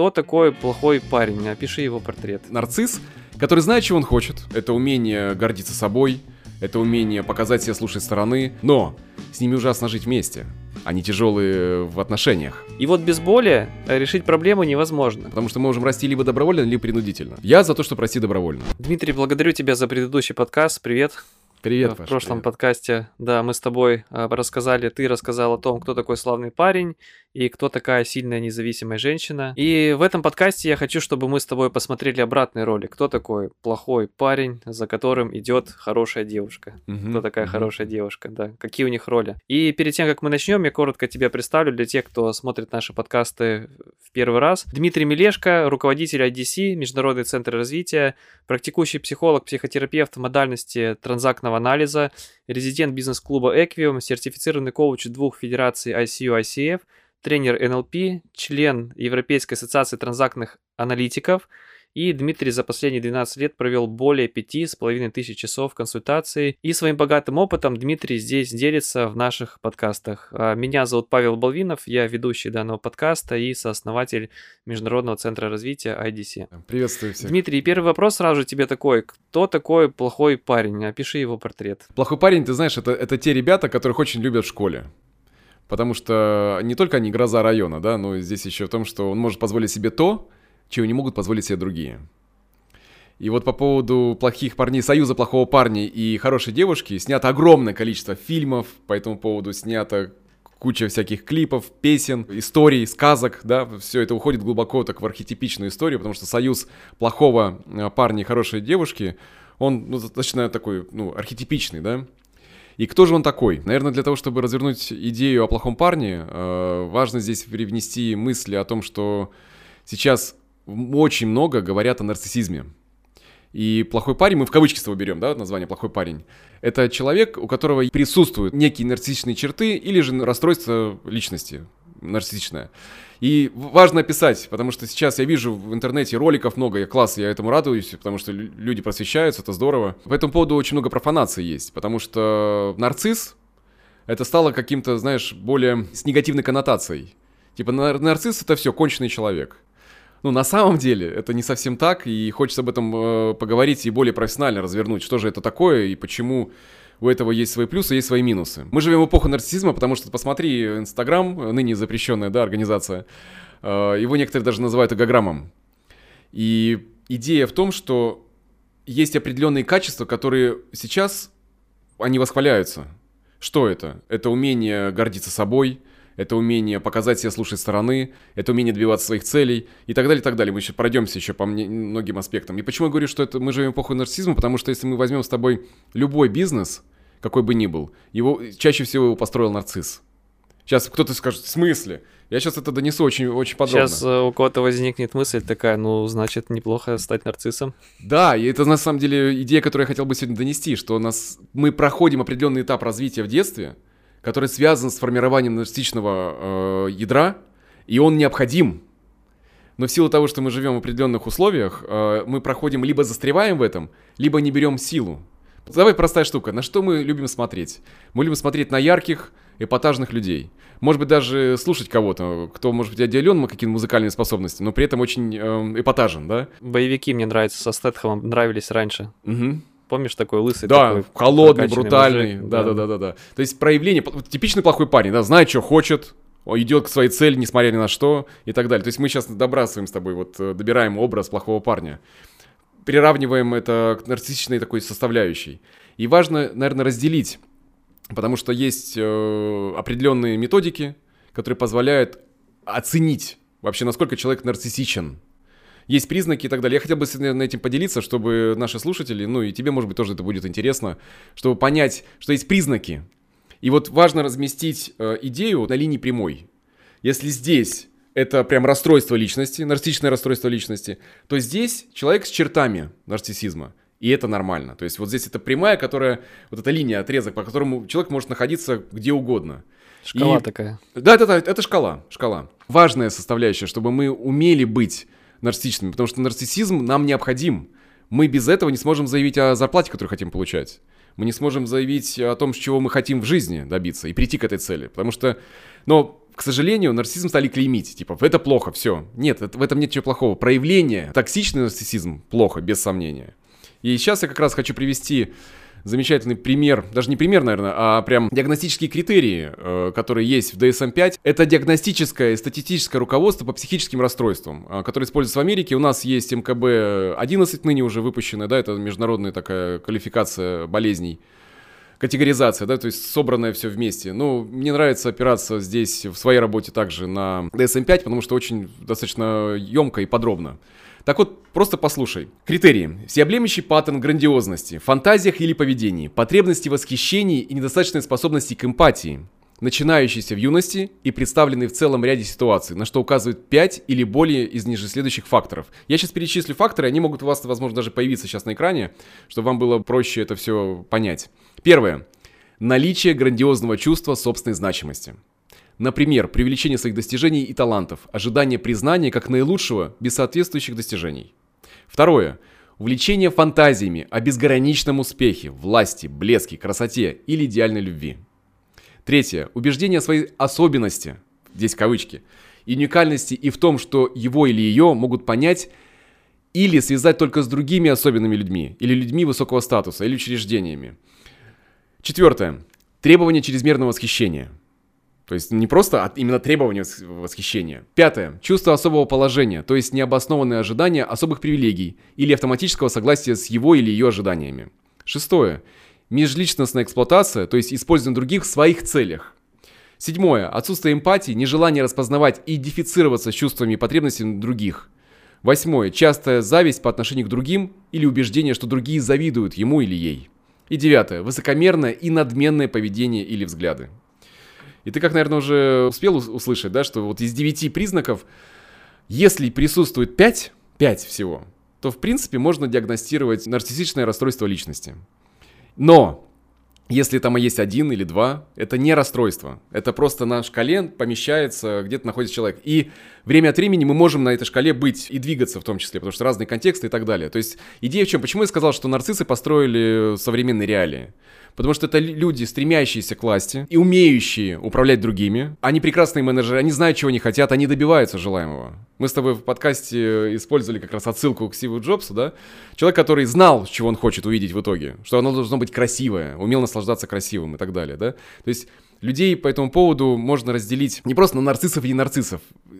Кто такой плохой парень? Опиши его портрет. Нарцисс, который знает, чего он хочет. Это умение гордиться собой, это умение показать себя с лучшей стороны, но с ними ужасно жить вместе. Они тяжелые в отношениях. И вот без боли решить проблему невозможно. Потому что мы можем расти либо добровольно, либо принудительно. Я за то, чтобы расти добровольно. Дмитрий, благодарю тебя за предыдущий подкаст. Привет. Привет, В прошлом подкасте, да, мы с тобой ты рассказал о том, кто такой славный парень и кто такая сильная независимая женщина. И в этом подкасте я хочу, чтобы мы с тобой посмотрели обратный ролик. Кто такой плохой парень, за которым идет хорошая девушка? Кто такая хорошая девушка, да? Какие у них роли? И перед тем, как мы начнем, я коротко тебя представлю для тех, кто смотрит наши подкасты в первый раз. Дмитрий Мелешко, руководитель IDC, Международный центр развития, практикующий психолог, психотерапевт модальности транзактного анализа, резидент бизнес-клуба Equium, сертифицированный коуч 2 федераций ICU и ICF, тренер НЛП, член Европейской ассоциации транзактных аналитиков. И Дмитрий за последние 12 лет провел более 5500 часов консультаций. И своим богатым опытом Дмитрий здесь делится в наших подкастах. Меня зовут Павел Болвинов, я ведущий данного подкаста и сооснователь Международного центра развития IDC. Приветствую всех. Дмитрий, первый вопрос сразу же тебе такой. Кто такой плохой парень? Опиши его портрет. Плохой парень, ты знаешь, это те ребята, которых очень любят в школе. Потому что не только они гроза района, да, но здесь еще в том, что он может позволить себе то, чего не могут позволить себе другие. И вот по поводу плохих парней, союза плохого парня и хорошей девушки снято огромное количество фильмов, по этому поводу снято куча всяких клипов, песен, историй, сказок, да, все это уходит глубоко так в архетипичную историю, потому что союз плохого парня и хорошей девушки, он достаточно такой, архетипичный, да. И кто же он такой? Наверное, для того, чтобы развернуть идею о плохом парне, важно здесь привнести мысли о том, что сейчас очень много говорят о нарциссизме. И плохой парень, мы в кавычки с тобой берем, да, название «плохой парень», это человек, у которого присутствуют некие нарциссичные черты или же расстройство личности нарциссичное. И важно описать, потому что сейчас я вижу в интернете роликов много, я этому радуюсь, потому что люди просвещаются, это здорово. По этому поводу очень много профанации есть, потому что нарцисс, это стало каким-то, знаешь, более с негативной коннотацией. Типа нарцисс — это все, конченый человек. На самом деле это не совсем так, и хочется об этом поговорить и более профессионально развернуть, что же это такое и почему у этого есть свои плюсы, есть свои минусы. Мы живем в эпоху нарциссизма, потому что, посмотри, Инстаграм, ныне запрещенная, да, организация, его некоторые даже называют эгограммом. И идея в том, что есть определенные качества, которые сейчас, они восхваляются. Что это? Это умение гордиться собой, это умение показать себя с лучшей стороны, это умение добиваться своих целей и так далее, и так далее. Мы еще пройдемся еще по многим аспектам. И почему я говорю, что мы живем в эпоху нарциссизма? Потому что если мы возьмем с тобой любой бизнес, какой бы ни был, чаще всего его построил нарцисс. Сейчас кто-то скажет, в смысле? Я сейчас это донесу очень, очень подробно. Сейчас у кого-то возникнет мысль такая, значит, неплохо стать нарциссом. Да, и это на самом деле идея, которую я хотел бы сегодня донести, что мы проходим определенный этап развития в детстве, который связан с формированием нарциссичного ядра, и он необходим. Но в силу того, что мы живем в определенных условиях, мы проходим, либо застреваем в этом, либо не берем силу. Давай простая штука. На что мы любим смотреть? Мы любим смотреть на ярких, эпатажных людей. Может быть, даже слушать кого-то, кто, может быть, отделен какими-то музыкальными способностями, но при этом очень эпатажен, да? Боевики мне нравятся, со Стэтхэмом нравились раньше. Угу. Помнишь, такой лысый? Да, такой холодный, брутальный. Мужик, да. То есть проявление, типичный плохой парень, да, знает, что хочет, идет к своей цели, несмотря ни на что, и так далее. То есть мы сейчас добрасываем с тобой, добираем образ плохого парня. Приравниваем это к нарциссичной такой составляющей. И важно, наверное, разделить, потому что есть определенные методики, которые позволяют оценить вообще, насколько человек нарциссичен. Есть признаки и так далее. Я хотел бы сегодня этим поделиться, чтобы наши слушатели, и тебе, может быть, тоже это будет интересно, чтобы понять, что есть признаки. И важно разместить идею на линии прямой. Если здесь это прям расстройство личности, нарциссичное расстройство личности, то здесь человек с чертами нарциссизма. И это нормально. То есть здесь это прямая, которая, эта линия, отрезок, по которому человек может находиться где угодно. Шкала такая. Да, это шкала. Важная составляющая, чтобы мы умели быть нарциссичными, потому что нарциссизм нам необходим. Мы без этого не сможем заявить о зарплате, которую хотим получать. Мы не сможем заявить о том, с чего мы хотим в жизни добиться и прийти к этой цели. Потому что, к сожалению, нарциссизм стали клеймить. Типа, это плохо, все. Нет, в этом нет ничего плохого. Проявление, токсичный нарциссизм плохо, без сомнения. И сейчас я как раз хочу привести замечательный пример, даже не пример, наверное, а прям диагностические критерии, которые есть в DSM-5. Это диагностическое и статистическое руководство по психическим расстройствам, которое используется в Америке. У нас есть МКБ-11 ныне уже выпущенная, да, это международная такая квалификация болезней. Категоризация, да, то есть собранное все вместе. Ну, мне нравится опираться здесь в своей работе также на DSM-5, потому что очень достаточно емко и подробно. Так вот, просто послушай. Критерии. Всеобъемлющий паттерн грандиозности, в фантазиях или поведении, потребности в восхищении и недостаточной способности к эмпатии, начинающиеся в юности и представленные в целом ряде ситуаций, на что указывают 5 или более из ниже следующих факторов. Я сейчас перечислю факторы, они могут у вас, возможно, даже появиться сейчас на экране, чтобы вам было проще это все понять. Первое. Наличие грандиозного чувства собственной значимости. Например, преувеличение своих достижений и талантов, ожидание признания как наилучшего без соответствующих достижений. Второе. Увлечение фантазиями о безграничном успехе, власти, блеске, красоте или идеальной любви. Третье. Убеждение о своей особенности, здесь кавычки, и уникальности и в том, что его или ее могут понять или связать только с другими особенными людьми, или людьми высокого статуса, или учреждениями. Четвертое. Требование чрезмерного восхищения. То есть не просто, а именно требование восхищения. Пятое. Чувство особого положения, то есть необоснованные ожидания особых привилегий или автоматического согласия с его или ее ожиданиями. Шестое. Межличностная эксплуатация, то есть использование других в своих целях. Седьмое. Отсутствие эмпатии, нежелание распознавать и идентифицироваться с чувствами и потребностями других. Восьмое. Частая зависть по отношению к другим или убеждение, что другие завидуют ему или ей. И девятое. Высокомерное и надменное поведение или взгляды. И ты, как, наверное, уже успел услышать, да, что вот из 9 признаков, если присутствует 5 всего, то, в принципе, можно диагностировать нарциссичное расстройство личности. Но если там и есть 1 или 2, это не расстройство. Это просто на шкале помещается, где-то находится человек. И время от времени мы можем на этой шкале быть и двигаться в том числе, потому что разные контексты и так далее. То есть идея в чем? Почему я сказал, что нарциссы построили современные реалии? Потому что это люди, стремящиеся к власти и умеющие управлять другими. Они прекрасные менеджеры, они знают, чего они хотят, они добиваются желаемого. Мы с тобой в подкасте использовали как раз отсылку к Стиву Джобсу, да? Человек, который знал, чего он хочет увидеть в итоге, что оно должно быть красивое, умел наслаждаться красивым и так далее, да? То есть людей по этому поводу можно разделить не просто на нарциссов и не нарциссов.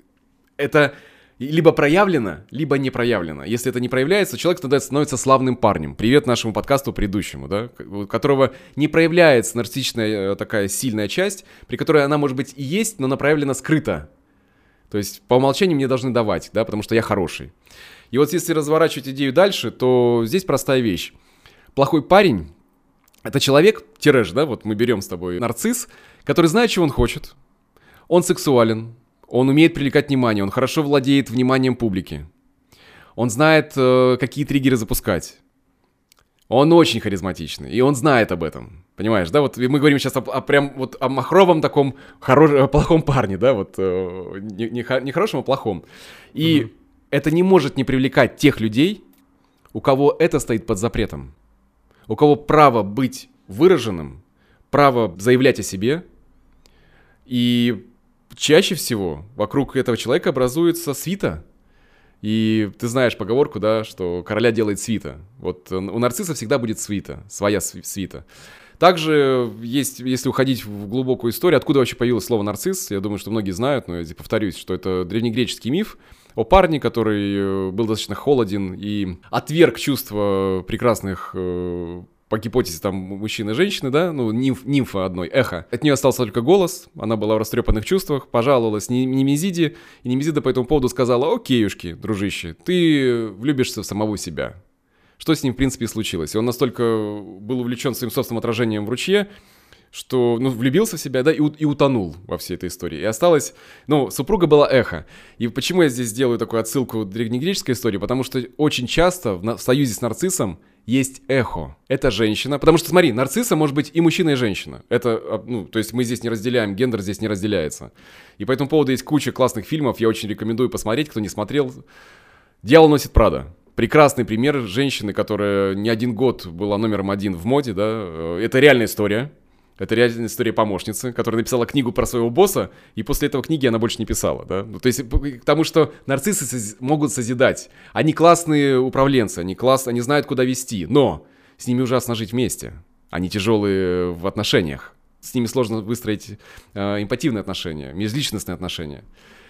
Это либо проявлено, либо не проявлено. Если это не проявляется, человек тогда становится славным парнем. Привет нашему подкасту предыдущему, да, у которого не проявляется нарциссичная такая сильная часть, при которой она, может быть, и есть, но она проявлена скрыто. То есть по умолчанию мне должны давать, да, потому что я хороший. И вот если разворачивать идею дальше, то здесь простая вещь. Плохой парень — это человек, тираж, да, вот мы берем с тобой нарцисс, который знает, чего он хочет, он сексуален, он умеет привлекать внимание, он хорошо владеет вниманием публики. Он знает, какие триггеры запускать. Он очень харизматичный, и он знает об этом. Понимаешь, да? Вот мы говорим сейчас прям вот о махровом таком плохом парне, да? Вот не хорошем, а плохом. И это не может не привлекать тех людей, у кого это стоит под запретом. У кого право быть выраженным, право заявлять о себе. И чаще всего вокруг этого человека образуется свита. И ты знаешь поговорку, да, что короля делает свита. Вот у нарцисса всегда будет свита, своя свита. Также есть, если уходить в глубокую историю, откуда вообще появилось слово «нарцисс», я думаю, что многие знают, но я повторюсь, что это древнегреческий миф о парне, который был достаточно холоден и отверг чувства прекрасных по гипотезе там мужчины и женщины, да, ну, нимфа одной, эхо. От нее остался только голос, она была в растрепанных чувствах, пожаловалась Немезиде, и Немезида по этому поводу сказала: окейушки, дружище, ты влюбишься в самого себя. Что с ним, в принципе, и случилось. И он настолько был увлечен своим собственным отражением в ручье, что, влюбился в себя, да, и утонул во всей этой истории. И осталось, супруга была эхо. И почему я здесь делаю такую отсылку к древнегреческой истории? Потому что очень часто в союзе с нарциссом есть эхо. Это женщина. Потому что, смотри, нарцисса может быть и мужчина, и женщина. Это, то есть мы здесь не разделяем, гендер здесь не разделяется. И по этому поводу есть куча классных фильмов, я очень рекомендую посмотреть, кто не смотрел. «Дьявол носит Прада». Прекрасный пример женщины, которая не один год была номером 1 в моде, да. Это реальная история. Это реальная история помощницы, которая написала книгу про своего босса, и после этого книги она больше не писала, да? Ну, то есть, потому что нарциссы могут созидать. Они классные управленцы, они знают, куда вести, но с ними ужасно жить вместе. Они тяжелые в отношениях. С ними сложно выстроить эмпативные отношения, межличностные отношения.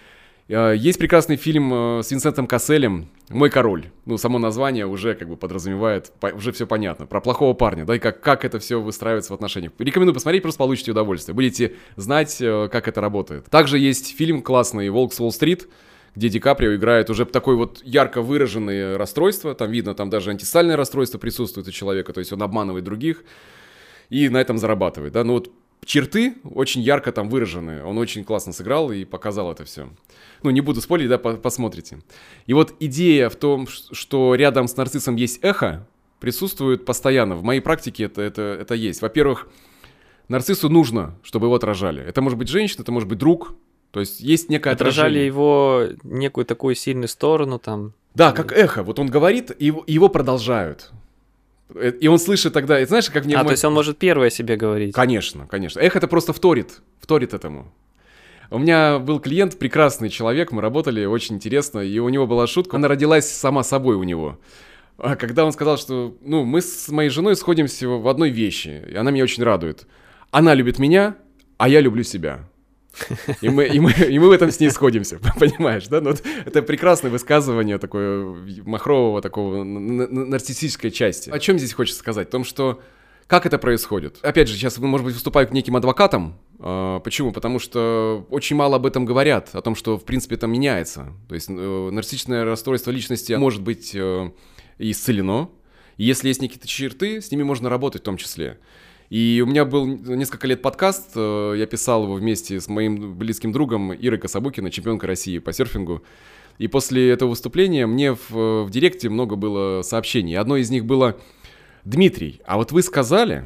Есть прекрасный фильм с Винсентом Касселем «Мой король». Ну, само название уже как бы подразумевает, уже все понятно. Про плохого парня, да, и как это все выстраивается в отношениях. Рекомендую посмотреть, просто получите удовольствие. Будете знать, как это работает. Также есть фильм классный «Волк с Уолл-стрит», где Ди Каприо играет уже такое вот ярко выраженное расстройство. Там видно, там даже антисоциальное расстройство присутствует у человека, то есть он обманывает других и на этом зарабатывает, да. Ну вот черты очень ярко там выражены. Он очень классно сыграл и показал это все. Ну, не буду спорить, да, посмотрите. И вот идея в том, что рядом с нарциссом есть эхо, присутствует постоянно. В моей практике это есть. Во-первых, нарциссу нужно, чтобы его отражали. Это может быть женщина, это может быть друг. То есть есть некое Отражали отражение. его некую такую сильную сторону там. Да, как эхо. Вот он говорит, и его продолжают. И он слышит тогда, и знаешь, как мне... То есть он может первый о себе говорить. Конечно, конечно. Эхо это просто вторит этому. У меня был клиент, прекрасный человек, мы работали, очень интересно, и у него была шутка, она родилась сама собой у него. Когда он сказал, что, мы с моей женой сходимся в одной вещи, и она меня очень радует. Она любит меня, а я люблю себя. И мы в этом с ней сходимся, понимаешь, да? Ну, это прекрасное высказывание такое махрового, такого нарциссической части. О чем здесь хочется сказать? О том, что как это происходит? Опять же, сейчас, может быть, выступаю неким адвокатом. Почему? Потому что очень мало об этом говорят, о том, что, в принципе, это меняется. То есть нарциссичное расстройство личности может быть исцелено. И если есть какие-то черты, с ними можно работать в том числе. И у меня был несколько лет подкаст, я писал его вместе с моим близким другом Ирой Кособукиной, чемпионкой России по серфингу. И после этого выступления мне в директе много было сообщений. Одно из них было: «Дмитрий, а вот вы сказали,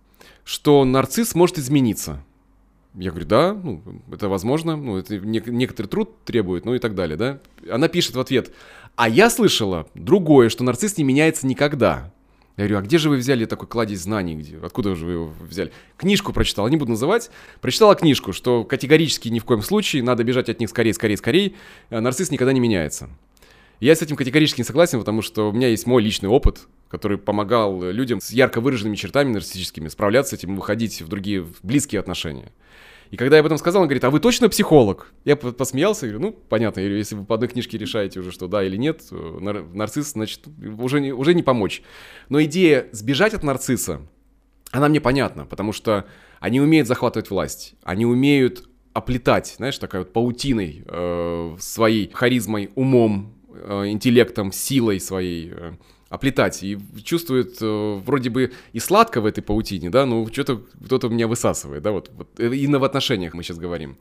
что нарцисс может измениться». Я говорю: да, это возможно, это некоторый труд требует, и так далее, да. Она пишет в ответ: а я слышала другое, что нарцисс не меняется никогда. Я говорю: а где же вы взяли такой кладезь знаний? Откуда же вы его взяли? Книжку прочитала, не буду называть. Прочитала книжку, что категорически ни в коем случае, надо бежать от них скорее, скорее, скорее. Нарцисс никогда не меняется. Я с этим категорически не согласен, потому что у меня есть мой личный опыт, который помогал людям с ярко выраженными чертами нарциссическими справляться с этим, выходить в другие близкие отношения. И когда я об этом сказал, он говорит: а вы точно психолог? Я посмеялся и говорю: понятно, если вы по одной книжке решаете уже, что да или нет, нарцисс, значит, уже не помочь. Но идея сбежать от нарцисса, она мне понятна, потому что они умеют захватывать власть, они умеют оплетать, знаешь, такой вот паутиной своей харизмой, умом, интеллектом, силой своей, оплетать, и чувствует вроде бы и сладко в этой паутине, да, но что-то кто-то меня высасывает, да, вот именно в отношениях мы сейчас говорим.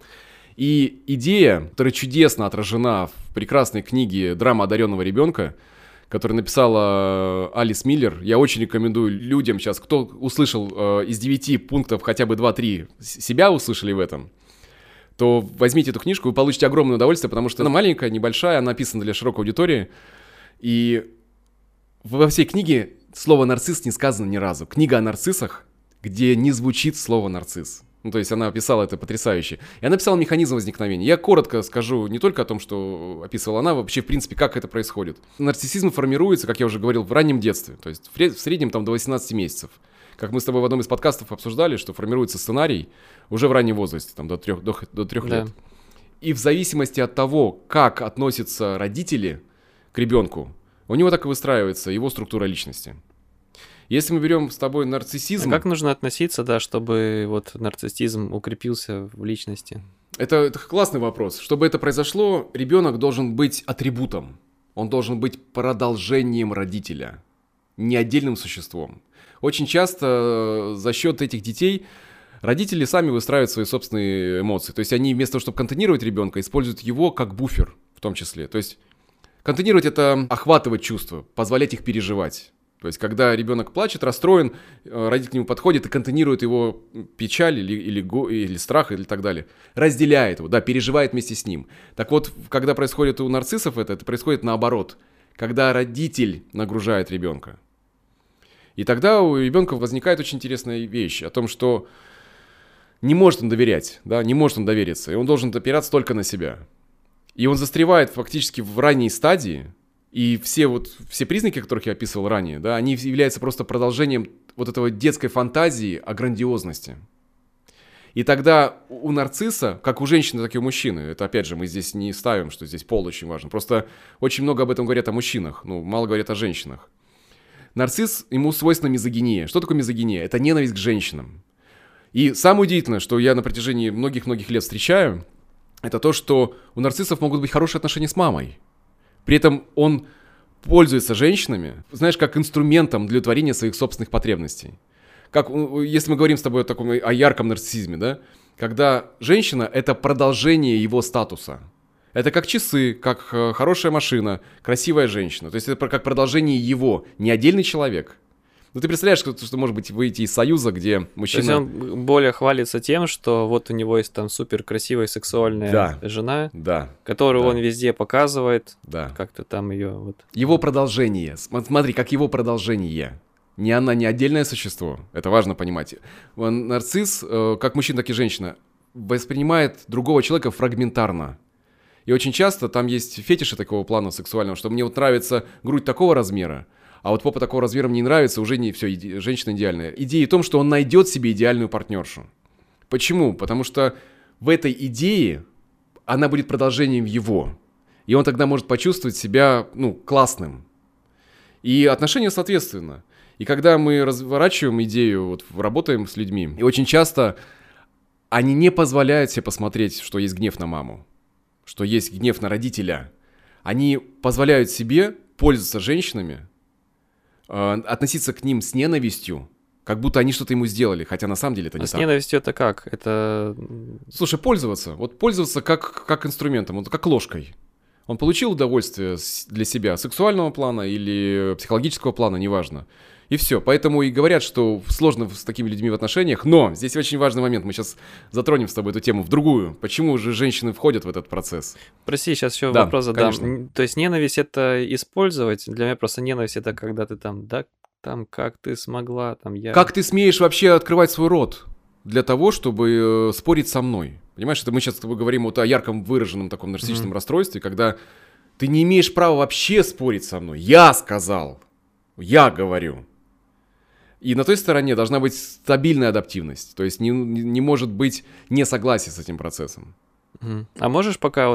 И идея, которая чудесно отражена в прекрасной книге «Драма одаренного ребенка», которую написала Алис Миллер, я очень рекомендую людям сейчас, кто услышал из 9 пунктов хотя бы 2-3, себя услышали в этом, то возьмите эту книжку, вы получите огромное удовольствие, потому что она маленькая, небольшая, она написана для широкой аудитории, и во всей книге слово «нарцисс» не сказано ни разу. Книга о нарциссах, где не звучит слово «нарцисс». То есть она описала это потрясающе. И она описала механизм возникновения. Я коротко скажу не только о том, что описывала она, вообще, в принципе, как это происходит. Нарциссизм формируется, как я уже говорил, в раннем детстве. То есть в среднем там до 18 месяцев. Как мы с тобой в одном из подкастов обсуждали, что формируется сценарий уже в раннем возрасте, там до 3 лет. И в зависимости от того, как относятся родители к ребенку, у него так и выстраивается его структура личности. Если мы берем с тобой нарциссизм... А как нужно относиться, да, чтобы вот нарциссизм укрепился в личности? Это классный вопрос. Чтобы это произошло, ребенок должен быть атрибутом. Он должен быть продолжением родителя, не отдельным существом. Очень часто за счет этих детей родители сами выстраивают свои собственные эмоции. То есть они вместо того, чтобы контейнировать ребенка, используют его как буфер в том числе. То есть контейнировать — это охватывать чувства, позволять их переживать. То есть, когда ребенок плачет, расстроен, родитель к нему подходит и контейнирует его печаль или страх и так далее. Разделяет его, да, переживает вместе с ним. Так вот, когда происходит у нарциссов это происходит наоборот. Когда родитель нагружает ребенка. И тогда у ребенка возникает очень интересная вещь о том, что не может он доверять, да, не может он довериться, и он должен опираться только на себя. И он застревает фактически в ранней стадии, и все признаки, которых я описывал ранее, да, они являются просто продолжением вот этого детской фантазии о грандиозности. И тогда у нарцисса, как у женщины, так и у мужчины, это опять же мы здесь не ставим, что здесь пол очень важен, просто очень много об этом говорят о мужчинах, мало говорят о женщинах. Нарцисс, ему свойственна мизогиния. Что такое мизогиния? Это ненависть к женщинам. И самое удивительное, что я на протяжении многих-многих лет встречаю, это то, что у нарциссов могут быть хорошие отношения с мамой. При этом он пользуется женщинами, знаешь, как инструментом для удовлетворения своих собственных потребностей. Как, если мы говорим с тобой о ярком нарциссизме, да, когда женщина — это продолжение его статуса. Это как часы, как хорошая машина, красивая женщина. То есть это как продолжение его, не отдельный человек. Ну ты представляешь, что может быть выйти из союза, где мужчина... То есть он более хвалится тем, что вот у него есть там супер красивая сексуальная жена, которую он везде показывает, как-то там ее вот... Его продолжение, смотри, как его продолжение. Не она, не отдельное существо, это важно понимать. Нарцисс, как мужчина, так и женщина, воспринимает другого человека фрагментарно. И очень часто там есть фетиши такого плана сексуального, что мне вот нравится грудь такого размера, а вот попа такого размера мне не нравится, уже не все, женщина идеальная. Идея в том, что он найдет себе идеальную партнершу. Почему? Потому что в этой идее она будет продолжением его. И он тогда может почувствовать себя, классным. И отношения соответственно. И когда мы разворачиваем идею, работаем с людьми, и очень часто они не позволяют себе посмотреть, что есть гнев на маму, что есть гнев на родителя. Они позволяют себе пользоваться женщинами, относиться к ним с ненавистью, как будто они что-то ему сделали, хотя на самом деле это не так. С ненавистью это как? Это... Слушай, пользоваться. Вот пользоваться как инструментом, как ложкой. Он получил удовольствие для себя сексуального плана или психологического плана, неважно. И все. Поэтому и говорят, что сложно с такими людьми в отношениях. Но здесь очень важный момент. Мы сейчас затронем с тобой эту тему в другую. Почему же женщины входят в этот процесс? Прости, сейчас еще вопрос задам. Конечно. То есть ненависть — это использовать? Для меня просто ненависть — это когда ты там, как ты смогла, я... Как ты смеешь вообще открывать свой рот для того, чтобы спорить со мной? Понимаешь, это мы сейчас с тобой говорим о ярком выраженном таком нарциссическом расстройстве, когда ты не имеешь права вообще спорить со мной. Я сказал. Я говорю. И на той стороне должна быть стабильная адаптивность. То есть не может быть несогласия с этим процессом. А можешь пока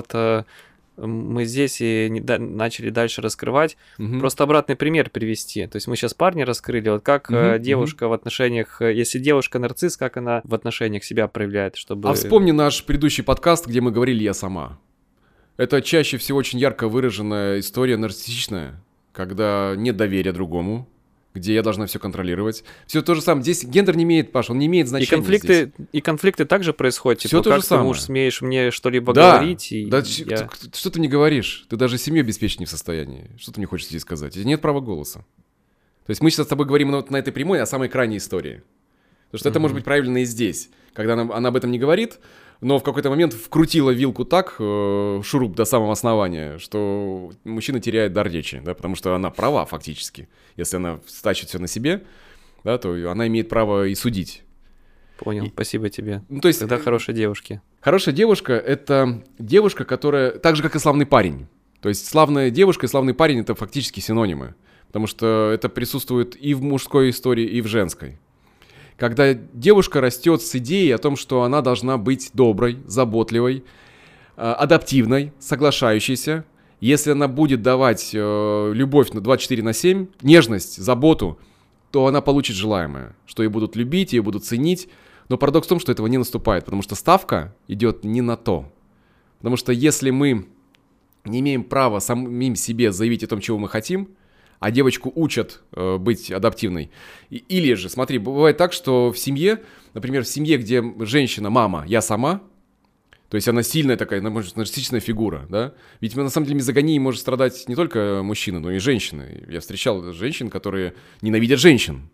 мы здесь и начали дальше раскрывать, просто обратный пример привести? То есть мы сейчас парня раскрыли, вот как девушка в отношениях, если девушка нарцисс, как она в отношениях себя проявляет, чтобы... А вспомни наш предыдущий подкаст, где мы говорили «я сама». Это чаще всего очень ярко выраженная история нарциссичная, когда нет доверия другому, где я должна все контролировать. Все то же самое. Здесь гендер не имеет, Паш, он не имеет значения. И конфликты также происходят. Все то же самое. Ты, муж, смеешь мне что-либо говорить? Что ты мне говоришь? Ты даже семью обеспечить не в состоянии. Что ты мне хочешь здесь сказать? У тебя нет права голоса. То есть мы сейчас с тобой говорим на этой прямой о самой крайней истории. Потому что это может быть проявлено и здесь. Когда она об этом не говорит, но в какой-то момент вкрутила вилку так, шуруп до самого основания, что мужчина теряет дар речи, да, потому что она права фактически. Если она стачит все на себе, да, то она имеет право и судить. Понял, спасибо тебе. То есть, тогда хорошие девушки. Хорошая девушка — это девушка, которая так же, как и славный парень. То есть славная девушка и славный парень — это фактически синонимы. Потому что это присутствует и в мужской истории, и в женской. Когда девушка растет с идеей о том, что она должна быть доброй, заботливой, адаптивной, соглашающейся. Если она будет давать любовь на 24/7, нежность, заботу, то она получит желаемое, что ее будут любить, ее будут ценить. Но парадокс в том, что этого не наступает, потому что ставка идет не на то. Потому что если мы не имеем права самим себе заявить о том, чего мы хотим, а девочку учат быть адаптивной. Или же, смотри, бывает так, что в семье, например, в семье, где женщина, мама, я сама, то есть она сильная такая, нарциссичная фигура, да? Ведь на самом деле мизогонией может страдать не только мужчина, но и женщины. Я встречал женщин, которые ненавидят женщин.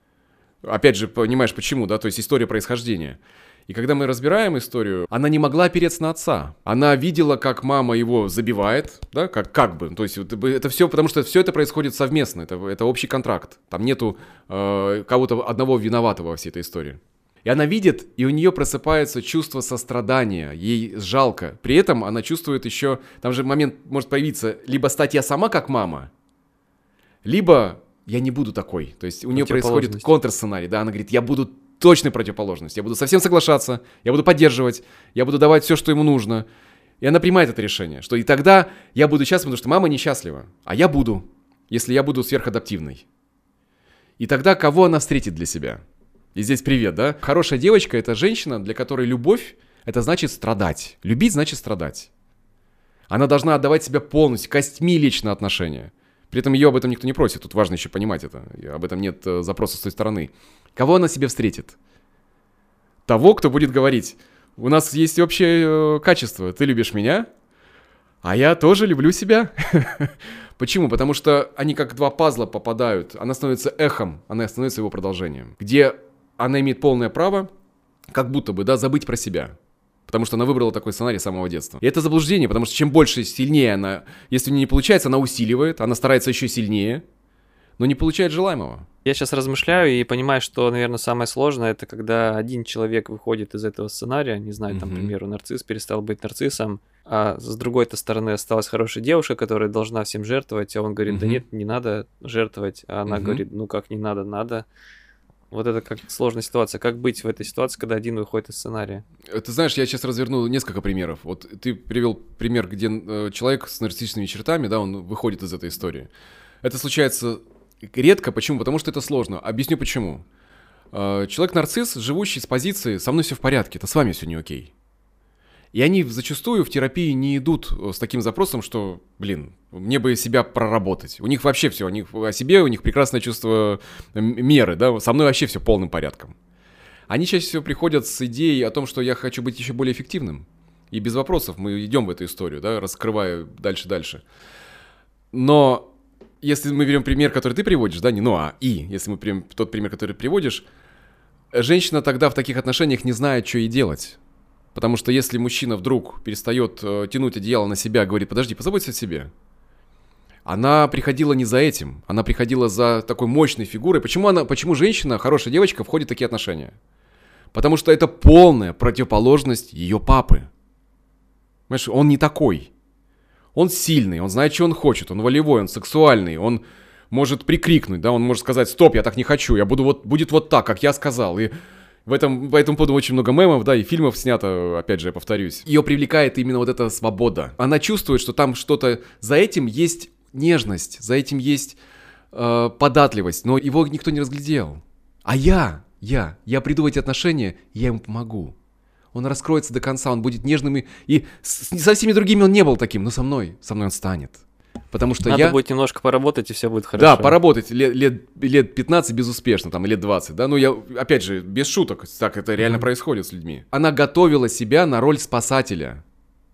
Опять же, понимаешь, почему, да? То есть история происхождения. И когда мы разбираем историю, она не могла опереться на отца. Она видела, как мама его забивает, да, как бы. То есть это все, потому что все это происходит совместно, это общий контракт. Там нету кого-то одного виноватого во всей этой истории. И она видит, и у нее просыпается чувство сострадания, ей жалко. При этом она чувствует еще, там же момент может появиться, либо стать я сама как мама, либо я не буду такой. То есть у нее происходит контрсценарий, да, она говорит, я буду точной противоположность, я буду совсем соглашаться, я буду поддерживать, я буду давать все, что ему нужно. И она принимает это решение, что и тогда я буду счастлива, потому что мама несчастлива, а я буду, если я буду сверхадаптивной. И тогда кого она встретит для себя? И здесь привет, да? Хорошая девочка — это женщина, для которой любовь — это значит страдать. Любить значит страдать. Она должна отдавать себя полностью, костьми лечь на отношения. При этом ее об этом никто не просит. Тут важно еще понимать это. Об этом нет запроса с той стороны. Кого она себе встретит? Того, кто будет говорить: у нас есть общее качество. Ты любишь меня, а я тоже люблю себя. Почему? Потому что они как два пазла попадают. Она становится эхом, она становится его продолжением. Где она имеет полное право, как будто бы, да, забыть про себя. Потому что она выбрала такой сценарий с самого детства. И это заблуждение, потому что чем больше, сильнее она, если у нее не получается, она усиливает, она старается еще сильнее, но не получает желаемого. Я сейчас размышляю и понимаю, что, наверное, самое сложное — это когда один человек выходит из этого сценария, не знаю, там, к примеру, нарцисс перестал быть нарциссом, а с другой-то стороны осталась хорошая девушка, которая должна всем жертвовать, а он говорит, да нет, не надо жертвовать, а она говорит, ну как не надо, надо. Вот это как сложная ситуация. Как быть в этой ситуации, когда один выходит из сценария? Ты знаешь, я сейчас разверну несколько примеров. Вот ты привел пример, где человек с нарциссическими чертами, да, он выходит из этой истории. Это случается редко. Почему? Потому что это сложно. Объясню почему. Человек-нарцисс, живущий с позиции «со мной все в порядке, это с вами все не окей». И они зачастую в терапии не идут с таким запросом, что, блин, мне бы себя проработать. У них вообще все, у них о себе, у них прекрасное чувство меры, да, со мной вообще все полным порядком. Они чаще всего приходят с идеей о том, что я хочу быть еще более эффективным. И без вопросов мы идем в эту историю, да, раскрывая дальше. Но если мы берем пример, который ты приводишь, да, не ну, а и, если мы берем тот пример, который ты приводишь, женщина тогда в таких отношениях не знает, что ей делать. Потому что если мужчина вдруг перестает тянуть одеяло на себя, говорит, подожди, позаботься о себе. Она приходила не за этим, она приходила за такой мощной фигурой. Почему женщина, хорошая девочка, входит в такие отношения? Потому что это полная противоположность ее папы. Понимаешь, он не такой. Он сильный, он знает, что он хочет, он волевой, он сексуальный, он может прикрикнуть, да, он может сказать, стоп, я так не хочу, будет вот так, как я сказал. И по этому поводу очень много мемов, да, и фильмов снято, опять же, я повторюсь. Ее привлекает именно вот эта свобода. Она чувствует, что там что-то, за этим есть нежность, за этим есть податливость, но его никто не разглядел. А я приду в эти отношения, я ему помогу. Он раскроется до конца, он будет нежным, и со всеми другими он не был таким, но со мной он станет. Потому что Надо будет немножко поработать, и все будет хорошо. Да, поработать лет 15 безуспешно, там, лет 20, да, ну я, опять же, без шуток, так это реально происходит с людьми. Она готовила себя на роль спасателя.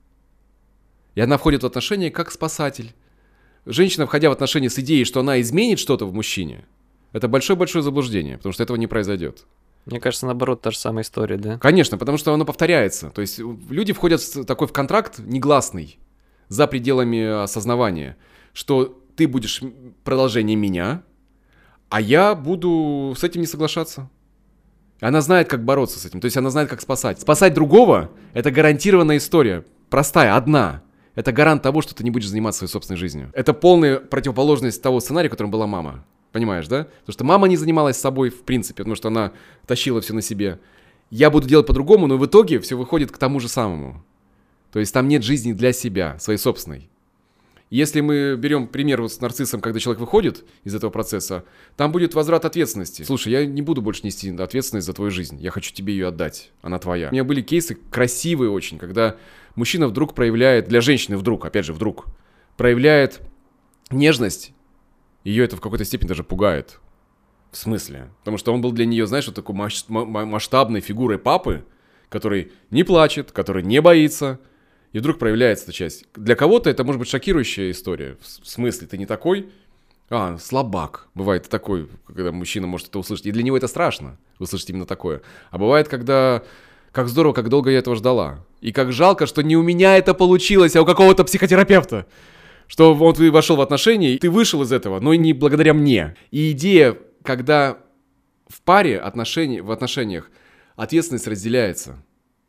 И она входит в отношения как спасатель. Женщина, входя в отношения с идеей, что она изменит что-то в мужчине, это большое-большое заблуждение, потому что этого не произойдет. Мне кажется, наоборот, та же самая история, да? Конечно, потому что оно повторяется. То есть люди входят в такой контракт негласный, за пределами осознавания, что ты будешь продолжением меня, а я буду с этим не соглашаться. Она знает, как бороться с этим, то есть она знает, как спасать. Спасать другого — это гарантированная история, простая, одна. Это гарант того, что ты не будешь заниматься своей собственной жизнью. Это полная противоположность того сценария, которым была мама. Понимаешь, да? Потому что мама не занималась собой в принципе, потому что она тащила все на себе. Я буду делать по-другому, но в итоге все выходит к тому же самому. То есть там нет жизни для себя, своей собственной. Если мы берем пример вот с нарциссом, когда человек выходит из этого процесса, там будет возврат ответственности. Слушай, я не буду больше нести ответственность за твою жизнь. Я хочу тебе ее отдать. Она твоя. У меня были кейсы красивые очень, когда мужчина вдруг проявляет, для женщины вдруг, опять же вдруг, проявляет нежность. Ее это в какой-то степени даже пугает. В смысле? Потому что он был для нее, знаешь, вот такой масштабной фигурой папы, который не плачет, который не боится. И вдруг проявляется эта часть. Для кого-то это может быть шокирующая история. В смысле, ты не такой? Слабак. Бывает такой, когда мужчина может это услышать. И для него это страшно, услышать именно такое. А бывает, когда... Как здорово, как долго я этого ждала. И как жалко, что не у меня это получилось, а у какого-то психотерапевта. Что вот ты вошел в отношения, и ты вышел из этого, но не благодаря мне. И идея, когда в паре в отношениях ответственность разделяется,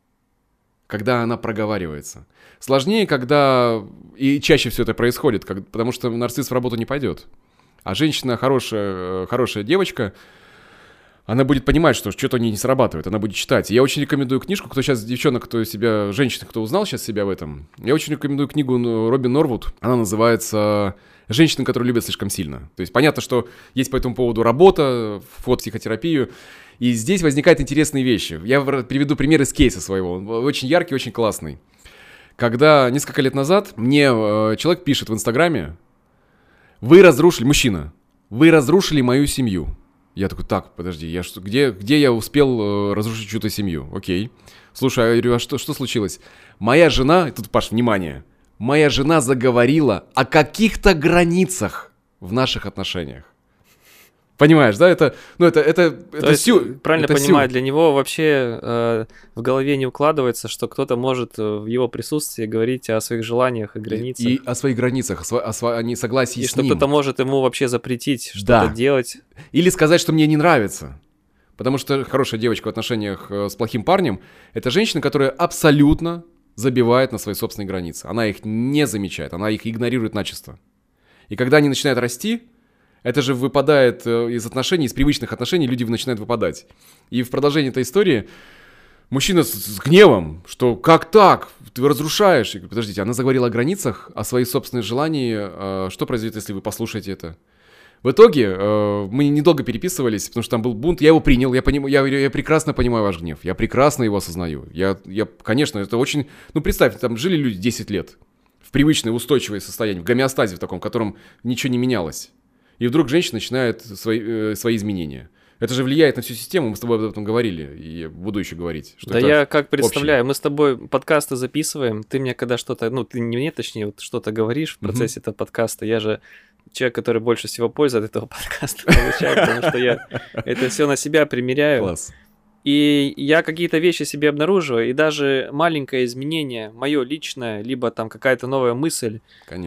когда она проговаривается. Сложнее, когда... И чаще все это происходит, потому что нарцисс в работу не пойдет. А женщина, хорошая девочка, она будет понимать, что что-то у нее не срабатывает, она будет читать. Я очень рекомендую книжку, кто сейчас, девчонок, женщин, кто узнал сейчас себя в этом. Я очень рекомендую книгу Робин Норвуд. Она называется «Женщины, которые любят слишком сильно». То есть понятно, что есть по этому поводу работа, вход в психотерапию. И здесь возникают интересные вещи. Я приведу пример из кейса своего. Он очень яркий, очень классный. Когда несколько лет назад мне человек пишет в Инстаграме: вы разрушили мою семью. Я такой: так, подожди, где я успел разрушить чью-то семью? Окей. Слушай, я говорю, а что случилось? Моя жена, тут, Паш, внимание, моя жена заговорила о каких-то границах в наших отношениях. Понимаешь, да? Это правильно понимаю, для него вообще в голове не укладывается, что кто-то может в его присутствии говорить о своих желаниях и границах. И о своих границах, о несогласии с ним. И что кто-то может ему вообще запретить что-то делать. Или сказать, что мне не нравится. Потому что хорошая девочка в отношениях с плохим парнем — это женщина, которая абсолютно забивает на свои собственные границы. Она их не замечает, она их игнорирует начисто. И когда они начинают расти, это же выпадает из отношений, из привычных отношений люди начинают выпадать. И в продолжении этой истории мужчина с гневом, что как так, ты разрушаешь. Я говорю: подождите, она заговорила о границах, о своих собственных желаниях. Что произойдет, если вы послушаете это? В итоге мы недолго переписывались, потому что там был бунт, я его принял, я прекрасно понимаю ваш гнев, я прекрасно его осознаю. Конечно, это очень... представьте, там жили люди 10 лет в привычное, устойчивое состояние, в гомеостазе в таком, в котором ничего не менялось. И вдруг женщина начинает свои изменения. Это же влияет на всю систему, мы с тобой об этом говорили, и буду еще говорить. Что да, я как представляю, мы с тобой подкасты записываем, ты мне когда что-то, ты не мне, точнее, вот что-то говоришь в процессе этого подкаста, я же человек, который больше всего пользы от этого подкаста получает, потому что я это все на себя примеряю. Класс. И я какие-то вещи себе обнаруживаю, и даже маленькое изменение, мое личное, либо там какая-то новая мысль,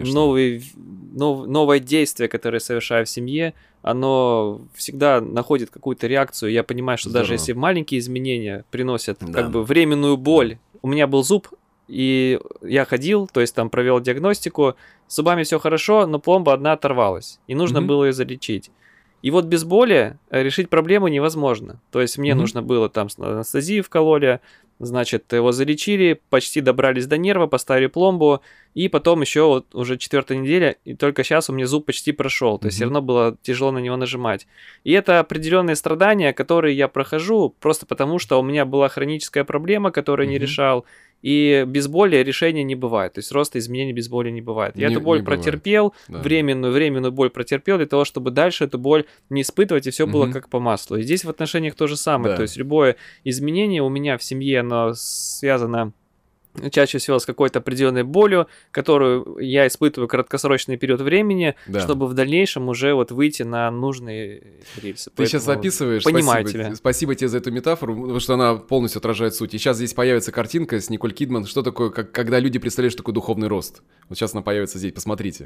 новое действие, которое я совершаю в семье, оно всегда находит какую-то реакцию. Я понимаю, что даже если маленькие изменения приносят как бы временную боль. У меня был зуб, и я ходил, то есть там провел диагностику, с зубами все хорошо, но пломба одна оторвалась, и нужно было ее залечить. И вот без боли решить проблему невозможно. То есть мне нужно было там анестезию вкололи, значит, его залечили, почти добрались до нерва, поставили пломбу, и потом еще вот уже 4-я неделя, и только сейчас у меня зуб почти прошел. То есть все равно было тяжело на него нажимать. И это определенные страдания, которые я прохожу просто потому, что у меня была хроническая проблема, которую я не решал. И без боли решения не бывает. То есть роста изменений без боли не бывает. Я эту боль протерпел, временную боль протерпел для того, чтобы дальше эту боль не испытывать, и все было как по маслу. И здесь в отношениях то же самое. То есть любое изменение у меня в семье, оно связано чаще всего с какой-то определенной болью, которую я испытываю краткосрочный период времени, чтобы в дальнейшем уже вот выйти на нужные рельсы. Ты сейчас описываешь, спасибо тебе за эту метафору, потому что она полностью отражает суть. И сейчас здесь появится картинка с Николь Кидман, что такое, когда люди представляют, что такое духовный рост. Вот сейчас она появится здесь, посмотрите.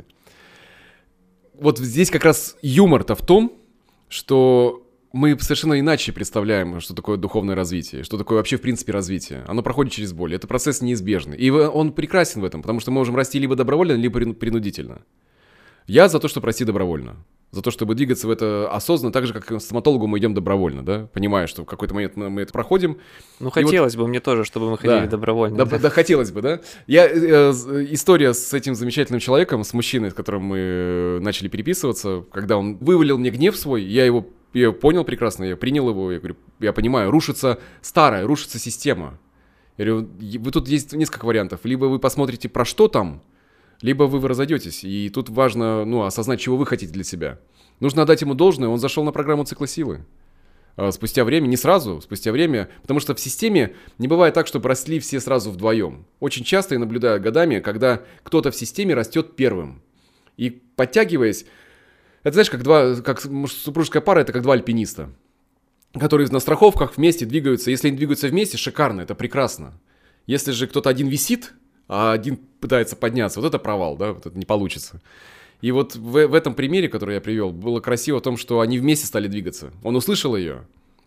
Вот здесь как раз юмор-то в том, что мы совершенно иначе представляем, что такое духовное развитие, что такое вообще в принципе развитие. Оно проходит через боль, это процесс неизбежный. И он прекрасен в этом, потому что мы можем расти либо добровольно, либо принудительно. Я за то, чтобы расти добровольно. За то, чтобы двигаться в это осознанно, так же, как и к стоматологу мы идем добровольно, да? Понимая, что в какой-то момент мы это проходим. Ну, хотелось бы мне тоже, чтобы мы ходили добровольно. Да, хотелось бы, да? История с этим замечательным человеком, с мужчиной, с которым мы начали переписываться, когда он вывалил мне гнев свой, я понял прекрасно, я принял его, я говорю, я понимаю, рушится система. Я говорю, тут есть несколько вариантов. Либо вы посмотрите, про что там, либо вы разойдетесь. И тут важно, осознать, чего вы хотите для себя. Нужно отдать ему должное, он зашел на программу цикла силы. Спустя время, не сразу, спустя время, потому что в системе не бывает так, чтобы росли все сразу вдвоем. Очень часто я наблюдаю годами, когда кто-то в системе растет первым. И подтягиваясь, это знаешь, как супружеская пара, это как два альпиниста, которые на страховках вместе двигаются. Если они двигаются вместе, шикарно, это прекрасно. Если же кто-то один висит, а один пытается подняться, вот это провал, да, вот это не получится. И вот в этом примере, который я привел, было красиво в том, что они вместе стали двигаться. Он услышал ее,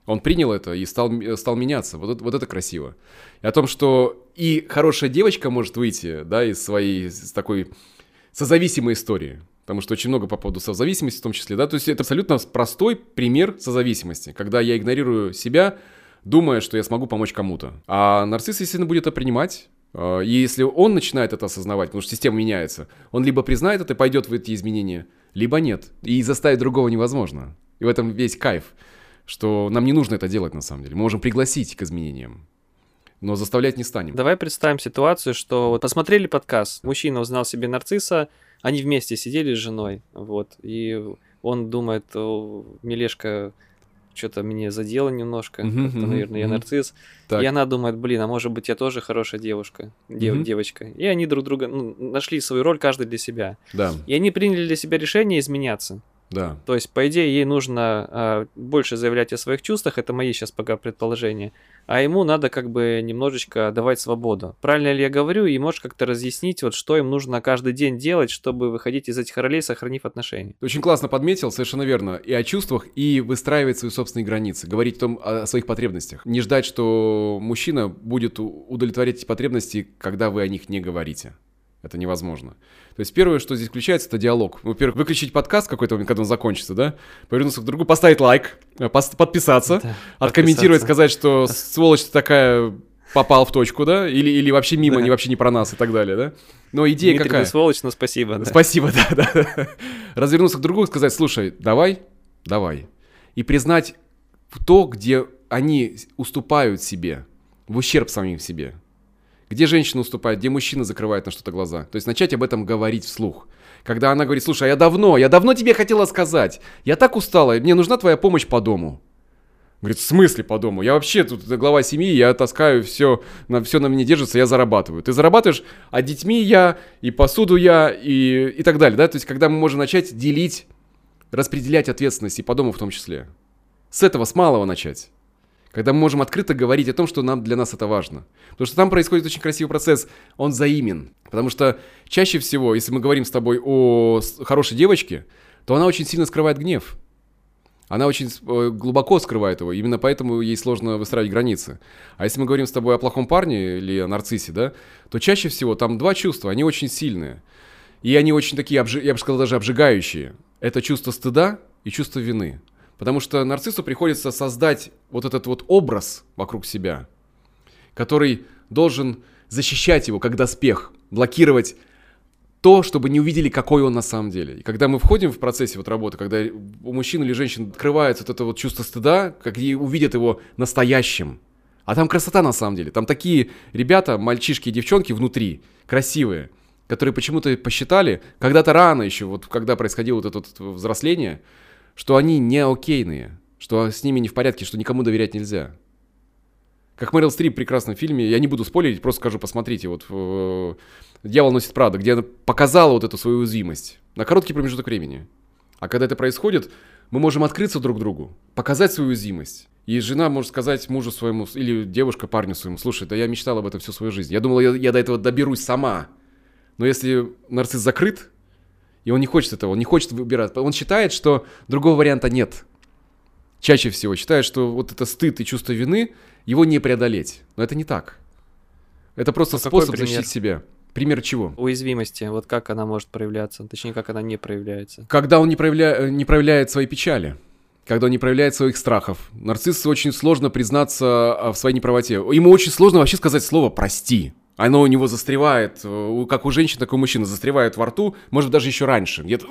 Он принял это и стал меняться. Вот это красиво. И о том, что и хорошая девочка может выйти, да, из своей такой созависимой истории. Потому что очень много по поводу созависимости в том числе, да. То есть это абсолютно простой пример созависимости, когда я игнорирую себя, думая, что я смогу помочь кому-то. А нарцисс, естественно, будет это принимать. И если он начинает это осознавать, потому что система меняется, он либо признает это и пойдет в эти изменения, либо нет. И заставить другого невозможно. И в этом весь кайф, что нам не нужно это делать на самом деле. Мы можем пригласить к изменениям, но заставлять не станем. Давай представим ситуацию, что вот посмотрели подкаст, мужчина узнал себе нарцисса, они вместе сидели с женой, вот, и он думает, Милешка что-то меня задела немножко, наверное, я нарцисс. Так. И она думает, блин, а может быть я тоже хорошая девушка, девочка. И они друг друга нашли свою роль, каждый для себя. Да. И они приняли для себя решение изменяться. Да. То есть, по идее, ей нужно больше заявлять о своих чувствах, это мои сейчас пока предположения, а ему надо как бы немножечко давать свободу. Правильно ли я говорю? И можешь как-то разъяснить, вот что им нужно каждый день делать, чтобы выходить из этих ролей, сохранив отношения? Очень классно подметил, совершенно верно. И о чувствах, и выстраивать свои собственные границы, говорить о своих потребностях. Не ждать, что мужчина будет удовлетворять эти потребности, когда вы о них не говорите. Это невозможно. То есть первое, что здесь включается, это диалог. Во-первых, выключить подкаст в какой-то момент, когда он закончится, да? Повернуться к другу, поставить лайк, подписаться, да, откомментировать, сказать, что сволочь ты такая, попал в точку, да? Или вообще мимо, да. Вообще не про нас и так далее, да? Но идея Дмитрий, какая? Ты сволочь, но спасибо. Да. Спасибо, да. Развернуться к другу и сказать, слушай, давай. И признать то, где они уступают себе, в ущерб самим себе. Где женщина уступает, где мужчина закрывает на что-то глаза. То есть начать об этом говорить вслух. Когда она говорит, слушай, я давно тебе хотела сказать. Я так устала, мне нужна твоя помощь по дому. Говорит, в смысле по дому? Я вообще тут глава семьи, я таскаю все на меня держится, я зарабатываю. Ты зарабатываешь, а детьми я, и посуду я, и так далее. Да? То есть когда мы можем начать делить, распределять ответственность и по дому в том числе. С этого, с малого начать. Когда мы можем открыто говорить о том, что для нас это важно. Потому что там происходит очень красивый процесс, он взаимен. Потому что чаще всего, если мы говорим с тобой о хорошей девочке, то она очень сильно скрывает гнев. Она очень глубоко скрывает его, именно поэтому ей сложно выстраивать границы. А если мы говорим с тобой о плохом парне или о нарциссе, да, то чаще всего там два чувства, они очень сильные. И они очень такие, я бы сказал, даже обжигающие. Это чувство стыда и чувство вины. Потому что нарциссу приходится создать вот этот вот образ вокруг себя, который должен защищать его как доспех, блокировать то, чтобы не увидели, какой он на самом деле. И когда мы входим в процессе вот работы, когда у мужчин или женщин открывается вот это вот чувство стыда, как и увидят его настоящим. А там красота на самом деле. Там такие ребята, мальчишки и девчонки внутри, красивые, которые почему-то посчитали, когда-то рано еще, вот когда происходило вот это вот взросление, что они не окейные, что с ними не в порядке, что никому доверять нельзя. Как Мэрил Стрип в прекрасном фильме, я не буду спойлерить, просто скажу, посмотрите, вот «Дьявол носит Прада», где она показала вот эту свою уязвимость на короткий промежуток времени. А когда это происходит, мы можем открыться друг другу, показать свою уязвимость. И жена может сказать мужу своему, или девушка парню своему, слушай, да я мечтала об этом всю свою жизнь. Я думала, я до этого доберусь сама. Но если нарцисс закрыт, и он не хочет этого, он не хочет выбирать. Он считает, что другого варианта нет. Чаще всего считает, что вот это стыд и чувство вины, его не преодолеть. Но это не так. Это просто способ защитить себя. Пример чего? Уязвимости. Вот как она может проявляться. Точнее, как она не проявляется. Когда он не проявляет свои печали. Когда он не проявляет своих страхов. Нарциссу очень сложно признаться в своей неправоте. Ему очень сложно вообще сказать слово «прости». Оно у него застревает, как у женщин, так и у мужчины, застревает во рту, может, даже еще раньше. Где-то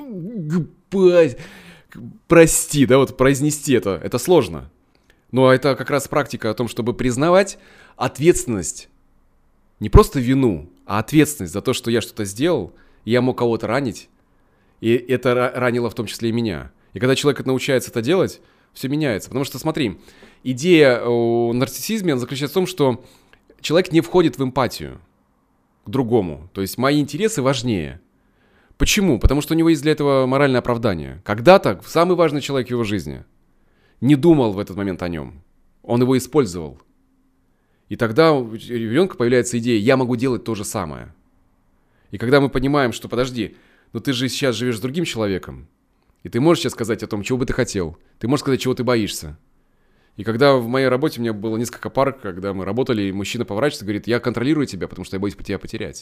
прости, да, вот произнести это сложно. Но это как раз практика о том, чтобы признавать ответственность. Не просто вину, а ответственность за то, что я что-то сделал, и я мог кого-то ранить, и это ранило в том числе и меня. И когда человек научается это делать, все меняется. Потому что, смотри, идея о нарциссизме заключается в том, что человек не входит в эмпатию к другому. То есть мои интересы важнее. Почему? Потому что у него есть для этого моральное оправдание. Когда-то самый важный человек в его жизни не думал в этот момент о нем. Он его использовал. И тогда у ребенка появляется идея, я могу делать то же самое. И когда мы понимаем, что подожди, но ты же сейчас живешь с другим человеком, и ты можешь сейчас сказать о том, чего бы ты хотел. Ты можешь сказать, чего ты боишься. И когда в моей работе у меня было несколько пар, когда мы работали, и мужчина поворачивается и говорит, я контролирую тебя, потому что я боюсь тебя потерять.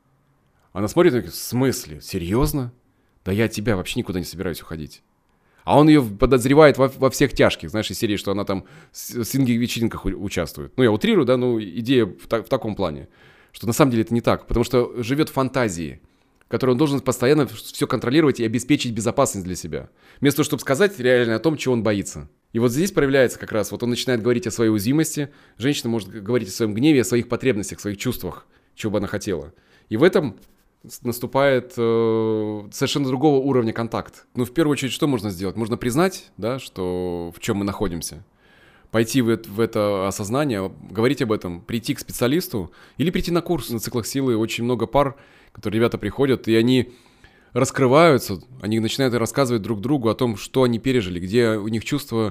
Она смотрит и говорит, в смысле? Серьезно? Да я от тебя вообще никуда не собираюсь уходить. А он ее подозревает во всех тяжких, знаешь, из серии, что она там в свинги-вечеринках участвует. Ну, я утрирую, да, ну, идея в таком плане. Что на самом деле это не так, потому что живет в фантазии, которой он должен постоянно все контролировать и обеспечить безопасность для себя. Вместо того, чтобы сказать реально о том, чего он боится. И вот здесь проявляется как раз, вот он начинает говорить о своей уязвимости, женщина может говорить о своем гневе, о своих потребностях, о своих чувствах, чего бы она хотела. И в этом наступает совершенно другого уровня контакт. Ну, в первую очередь, что можно сделать? Можно признать, да, что в чем мы находимся. Пойти в это осознание, говорить об этом, прийти к специалисту или прийти на курс на циклах силы. Очень много пар, которые ребята приходят, и они раскрываются, они начинают рассказывать друг другу о том, что они пережили, где у них чувства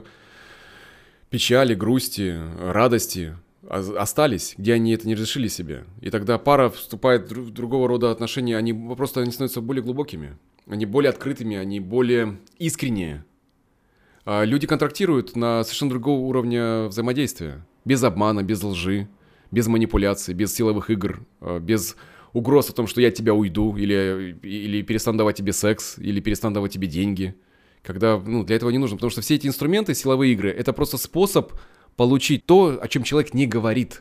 печали, грусти, радости остались, где они это не разрешили себе. И тогда пара вступает в другого рода отношения, они становятся более глубокими, они более открытыми, они более искренние. Люди контрактируют на совершенно другого уровня взаимодействия. Без обмана, без лжи, без манипуляций, без силовых игр, без угроз о том, что я от тебя уйду, или перестану давать тебе секс, или перестану давать тебе деньги. Когда, для этого не нужно. Потому что все эти инструменты, силовые игры, это просто способ получить то, о чем человек не говорит.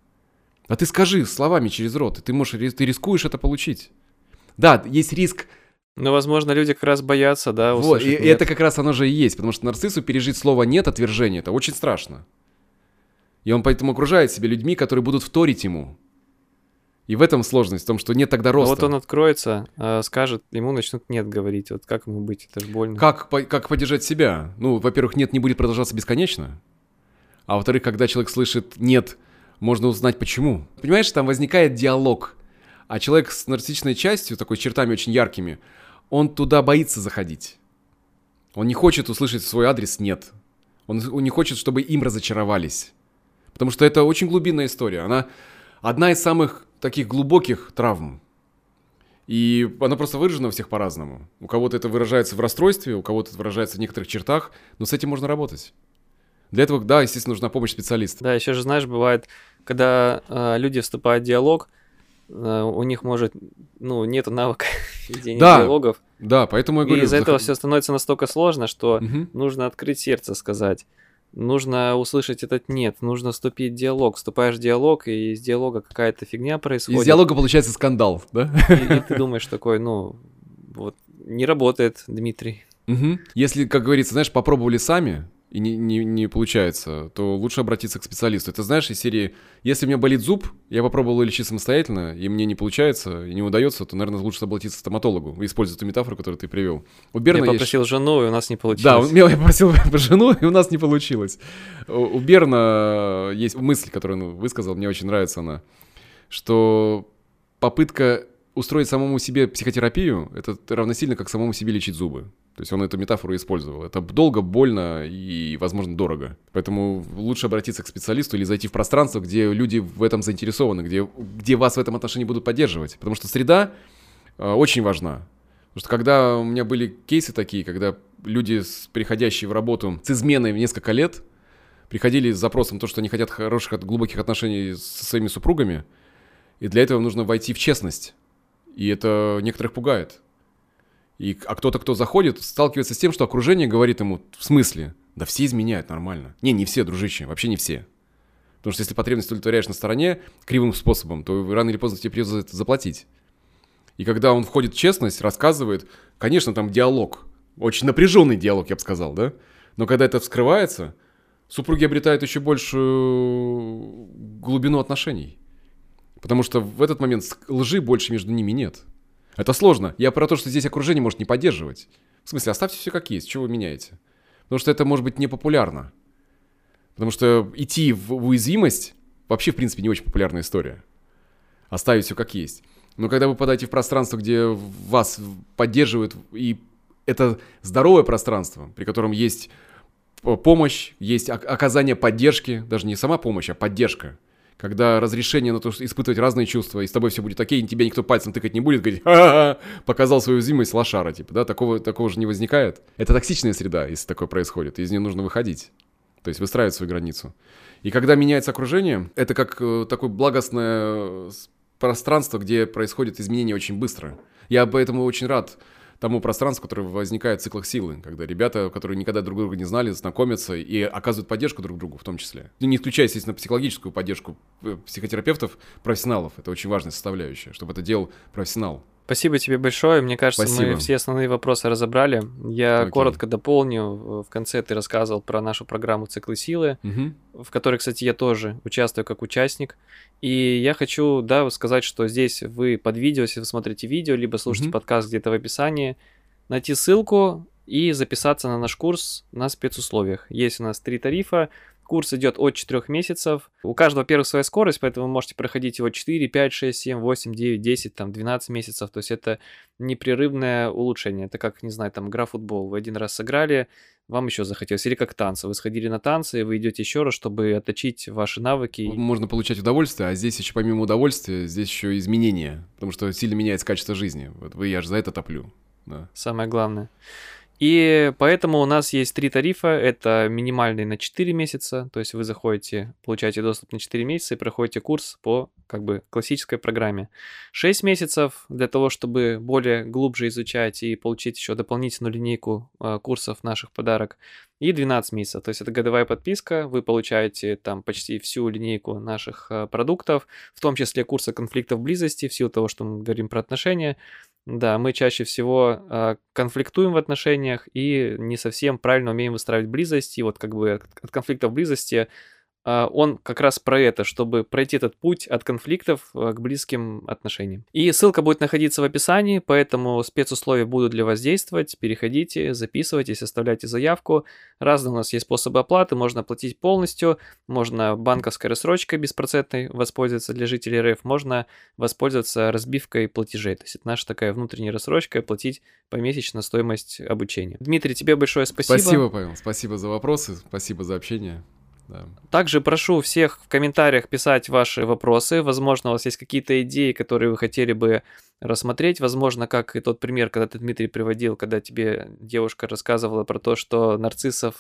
А ты скажи словами через рот, и ты рискуешь это получить. Да, есть риск. Но, возможно, люди как раз боятся, да, услышать Вот, и это как раз оно же и есть, потому что нарциссу пережить слово «нет», отвержение, это очень страшно. И он поэтому окружает себя людьми, которые будут вторить ему. И в этом сложность, в том, что нет тогда роста. Вот он откроется, скажет, ему начнут «нет» говорить. Вот как ему быть? Это же больно. Как поддержать себя? Во-первых, «нет» не будет продолжаться бесконечно. А во-вторых, когда человек слышит «нет», можно узнать почему. Понимаешь, там возникает диалог. А человек с нарциссичной частью, такой чертами очень яркими, он туда боится заходить. Он не хочет услышать в свой адрес «нет». Он не хочет, чтобы им разочаровались. Потому что это очень глубинная история. Она одна из самых таких глубоких травм. И она просто выражена у всех по-разному. У кого-то это выражается в расстройстве, у кого-то это выражается в некоторых чертах, но с этим можно работать. Для этого, да, естественно, нужна помощь специалиста. Да, еще же, знаешь, бывает, когда люди вступают в диалог, у них может, нету навыка ведения диалогов. Да, поэтому я говорю... И из-за этого все становится настолько сложно, что нужно открыть сердце, сказать. Нужно услышать этот «нет», нужно вступить в диалог. Вступаешь в диалог, и из диалога какая-то фигня происходит. Из диалога получается скандал, да? И ты думаешь такой, не работает, Дмитрий. Если, как говорится, знаешь, попробовали сами, и не получается, то лучше обратиться к специалисту. Это знаешь, из серии, если у меня болит зуб, я попробовал лечить самостоятельно, и мне не получается, и не удается, то, наверное, лучше обратиться к стоматологу, используя ту метафору, которую ты привел. Я попросил жену, и у нас не получилось. Да, я попросил жену, и у нас не получилось. У Берна есть мысль, которую он высказал, мне очень нравится она, что попытка устроить самому себе психотерапию, это равносильно, как самому себе лечить зубы. То есть он эту метафору использовал. Это долго, больно и, возможно, дорого. Поэтому лучше обратиться к специалисту или зайти в пространство, где люди в этом заинтересованы, где вас в этом отношении будут поддерживать. Потому что среда очень важна. Потому что когда у меня были кейсы такие, когда люди, приходящие в работу с изменой в несколько лет, приходили с запросом то, что они хотят хороших, глубоких отношений со своими супругами, и для этого нужно войти в честность. И это некоторых пугает. А кто-то, кто заходит, сталкивается с тем, что окружение говорит ему, в смысле? Да все изменяют нормально. Не все, дружище, вообще не все. Потому что если потребность удовлетворяешь на стороне кривым способом, то рано или поздно тебе придется за это заплатить. И когда он входит в честность, рассказывает, конечно, там диалог, очень напряженный диалог, я бы сказал, да? Но когда это вскрывается, супруги обретают еще большую глубину отношений. Потому что в этот момент лжи больше между ними нет. Это сложно. Я про то, что здесь окружение может не поддерживать. В смысле, оставьте все как есть, чего вы меняете? Потому что это может быть непопулярно. Потому что идти в уязвимость вообще, в принципе, не очень популярная история. Оставить все как есть. Но когда вы попадаете в пространство, где вас поддерживают, и это здоровое пространство, при котором есть помощь, есть оказание поддержки, даже не сама помощь, а поддержка. Когда разрешение на то, что испытывать разные чувства, и с тобой все будет окей, тебя никто пальцем тыкать не будет, говорить, ха-ха-ха, показал свою уязвимость, лошара, типа, да, такого же не возникает. Это токсичная среда, если такое происходит, из нее нужно выходить. То есть выстраивать свою границу. И когда меняется окружение, это как такое благостное пространство, где происходят изменения очень быстро. Я поэтому очень рад тому пространству, которое возникает в циклах силы, когда ребята, которые никогда друг друга не знали, знакомятся и оказывают поддержку друг другу в том числе. Не исключая, естественно, психологическую поддержку психотерапевтов, профессионалов. Это очень важная составляющая, чтобы это делал профессионал. Спасибо тебе большое. Мне кажется, Спасибо. мы все основные вопросы разобрали. Я Окей. коротко дополню. В конце ты рассказывал про нашу программу «Циклы силы», в которой, кстати, я тоже участвую как участник. И я хочу, да, сказать, что здесь вы под видео, если вы смотрите видео, либо слушаете подкаст где-то в описании, найти ссылку и записаться на наш курс на спецусловиях. Есть у нас 3 тарифа. Курс идет от 4 месяцев. У каждого, во-первых, своя скорость, поэтому вы можете проходить его 4, 5, 6, 7, 8, 9, 10, там, 12 месяцев. То есть это непрерывное улучшение. Это как, не знаю, там, игра в футбол. Вы один раз сыграли, вам еще захотелось. Или как танцы. Вы сходили на танцы, и вы идете еще раз, чтобы отточить ваши навыки. Можно получать удовольствие, а здесь еще помимо удовольствия, здесь еще изменения. Потому что сильно меняется качество жизни. Вот я же за это топлю. Да. Самое главное. И поэтому у нас есть 3 тарифа. Это минимальный на 4 месяца. То есть вы заходите, получаете доступ на 4 месяца и проходите курс по как бы классической программе. 6 месяцев для того, чтобы более глубже изучать и получить еще дополнительную линейку курсов наших подарок. И 12 месяцев. То есть это годовая подписка. Вы получаете там почти всю линейку наших продуктов, в том числе курсы конфликтов близости, в силу того, что мы говорим про отношения. Да, мы чаще всего конфликтуем в отношениях и не совсем правильно умеем выстраивать близость. И вот как бы от конфликтов близости он как раз про это, чтобы пройти этот путь от конфликтов к близким отношениям. И ссылка будет находиться в описании, поэтому спецусловия будут для вас действовать. Переходите, записывайтесь, оставляйте заявку. Разные у нас есть способы оплаты. Можно оплатить полностью, можно банковской рассрочкой беспроцентной воспользоваться для жителей РФ, можно воспользоваться разбивкой платежей. То есть это наша такая внутренняя рассрочка, платить помесячно стоимость обучения. Дмитрий, тебе большое спасибо. Спасибо, Павел. Спасибо за вопросы, спасибо за общение. Да. Также прошу всех в комментариях писать ваши вопросы. Возможно, у вас есть какие-то идеи, которые вы хотели бы рассмотреть. Возможно, как и тот пример, когда ты, Дмитрий, приводил, когда тебе девушка рассказывала про то, что нарциссу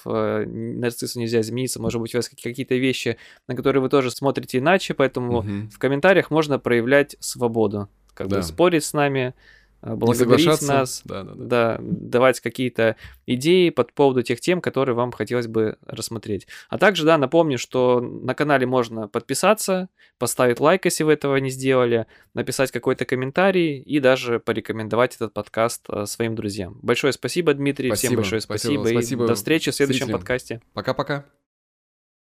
нельзя измениться. Может быть, у вас какие-то вещи, на которые вы тоже смотрите иначе. Поэтому в комментариях можно проявлять свободу. Как бы спорить с нами, благодарить нас, давать какие-то идеи по поводу тех тем, которые вам хотелось бы рассмотреть. А также, да, напомню, что на канале можно подписаться, поставить лайк, если вы этого не сделали, написать какой-то комментарий и даже порекомендовать этот подкаст своим друзьям. Большое спасибо, Дмитрий, всем большое спасибо и до встречи в следующем подкасте. Пока-пока.